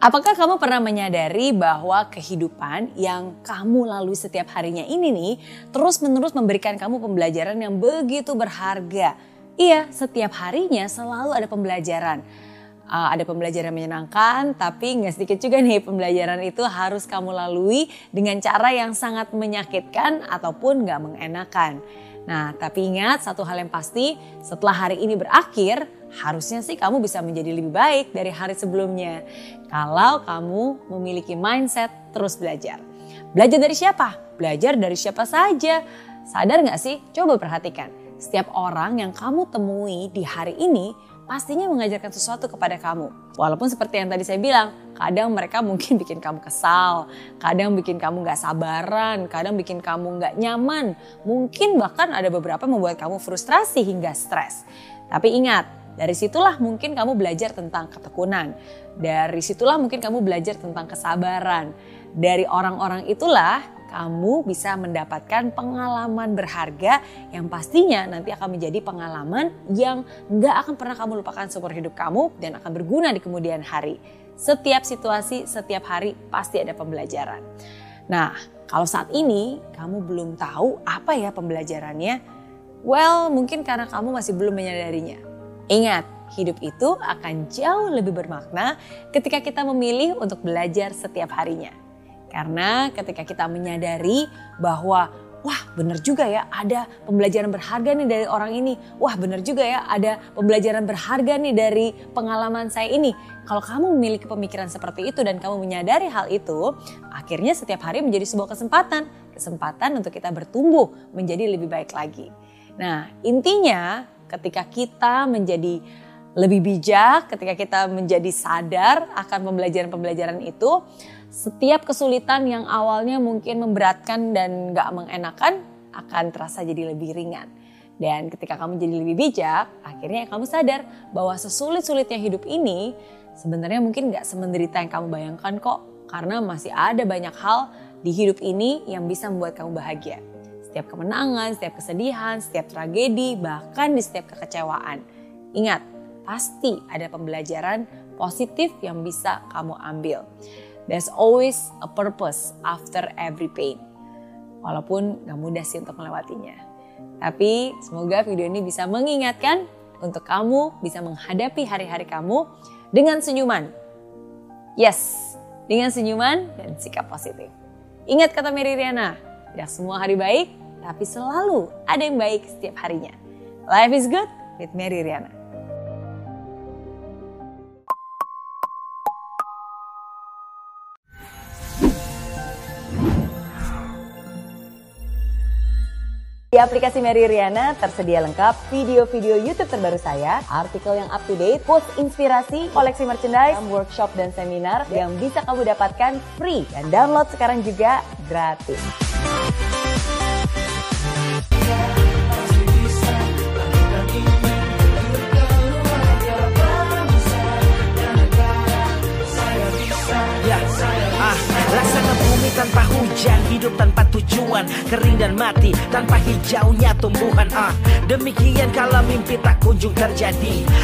Apakah kamu pernah menyadari bahwa kehidupan yang kamu lalui setiap harinya ini nih terus-menerus memberikan kamu pembelajaran yang begitu berharga? Iya, setiap harinya selalu ada pembelajaran. Ada pembelajaran menyenangkan, tapi gak sedikit juga nih pembelajaran itu harus kamu lalui dengan cara yang sangat menyakitkan ataupun gak mengenakan. Nah, tapi ingat satu hal yang pasti, setelah hari ini berakhir, harusnya sih kamu bisa menjadi lebih baik dari hari sebelumnya. Kalau kamu memiliki mindset terus belajar. Belajar dari siapa? Belajar dari siapa saja. Sadar gak sih? Coba perhatikan. Setiap orang yang kamu temui di hari ini pastinya mengajarkan sesuatu kepada kamu. Walaupun seperti yang tadi saya bilang, kadang mereka mungkin bikin kamu kesal, kadang bikin kamu gak sabaran, kadang bikin kamu gak nyaman. Mungkin bahkan ada beberapa membuat kamu frustrasi hingga stres. Tapi ingat, dari situlah mungkin kamu belajar tentang ketekunan. Dari situlah mungkin kamu belajar tentang kesabaran. Dari orang-orang itulah kamu bisa mendapatkan pengalaman berharga yang pastinya nanti akan menjadi pengalaman yang gak akan pernah kamu lupakan seumur hidup kamu dan akan berguna di kemudian hari. Setiap situasi, setiap hari pasti ada pembelajaran. Nah, kalau saat ini kamu belum tahu apa ya pembelajarannya, well mungkin karena kamu masih belum menyadarinya. Ingat, hidup itu akan jauh lebih bermakna ketika kita memilih untuk belajar setiap harinya. Karena ketika kita menyadari bahwa wah benar juga ya ada pembelajaran berharga nih dari orang ini. Wah benar juga ya ada pembelajaran berharga nih dari pengalaman saya ini. Kalau kamu memiliki pemikiran seperti itu dan kamu menyadari hal itu, akhirnya setiap hari menjadi sebuah kesempatan. Kesempatan untuk kita bertumbuh menjadi lebih baik lagi. Nah intinya ketika kita menjadi lebih bijak, ketika kita menjadi sadar akan pembelajaran-pembelajaran itu, setiap kesulitan yang awalnya mungkin memberatkan dan gak mengenakan akan terasa jadi lebih ringan. Dan ketika kamu jadi lebih bijak, akhirnya kamu sadar bahwa sesulit-sulitnya hidup ini sebenarnya mungkin gak semenderita yang kamu bayangkan kok. Karena masih ada banyak hal di hidup ini yang bisa membuat kamu bahagia. Setiap kemenangan, setiap kesedihan, setiap tragedi, bahkan di setiap kekecewaan. Ingat, pasti ada pembelajaran positif yang bisa kamu ambil. There's always a purpose after every pain. Walaupun gak mudah sih untuk melewatinya. Tapi semoga video ini bisa mengingatkan untuk kamu bisa menghadapi hari-hari kamu dengan senyuman. Yes, dengan senyuman dan sikap positif. Ingat kata Mary Riana, tidak semua hari baik, tapi selalu ada yang baik setiap harinya. Life is good with Mary Riana. Di aplikasi Mary Riana tersedia lengkap video-video YouTube terbaru saya, artikel yang up to date, post inspirasi, koleksi merchandise, workshop dan seminar yang bisa kamu dapatkan free dan download sekarang juga gratis. Laksana bumi tanpa hujan, hidup tanpa tujuan, kering dan mati tanpa hijaunya tumbuhan. Demikian kalau mimpi tak kunjung terjadi.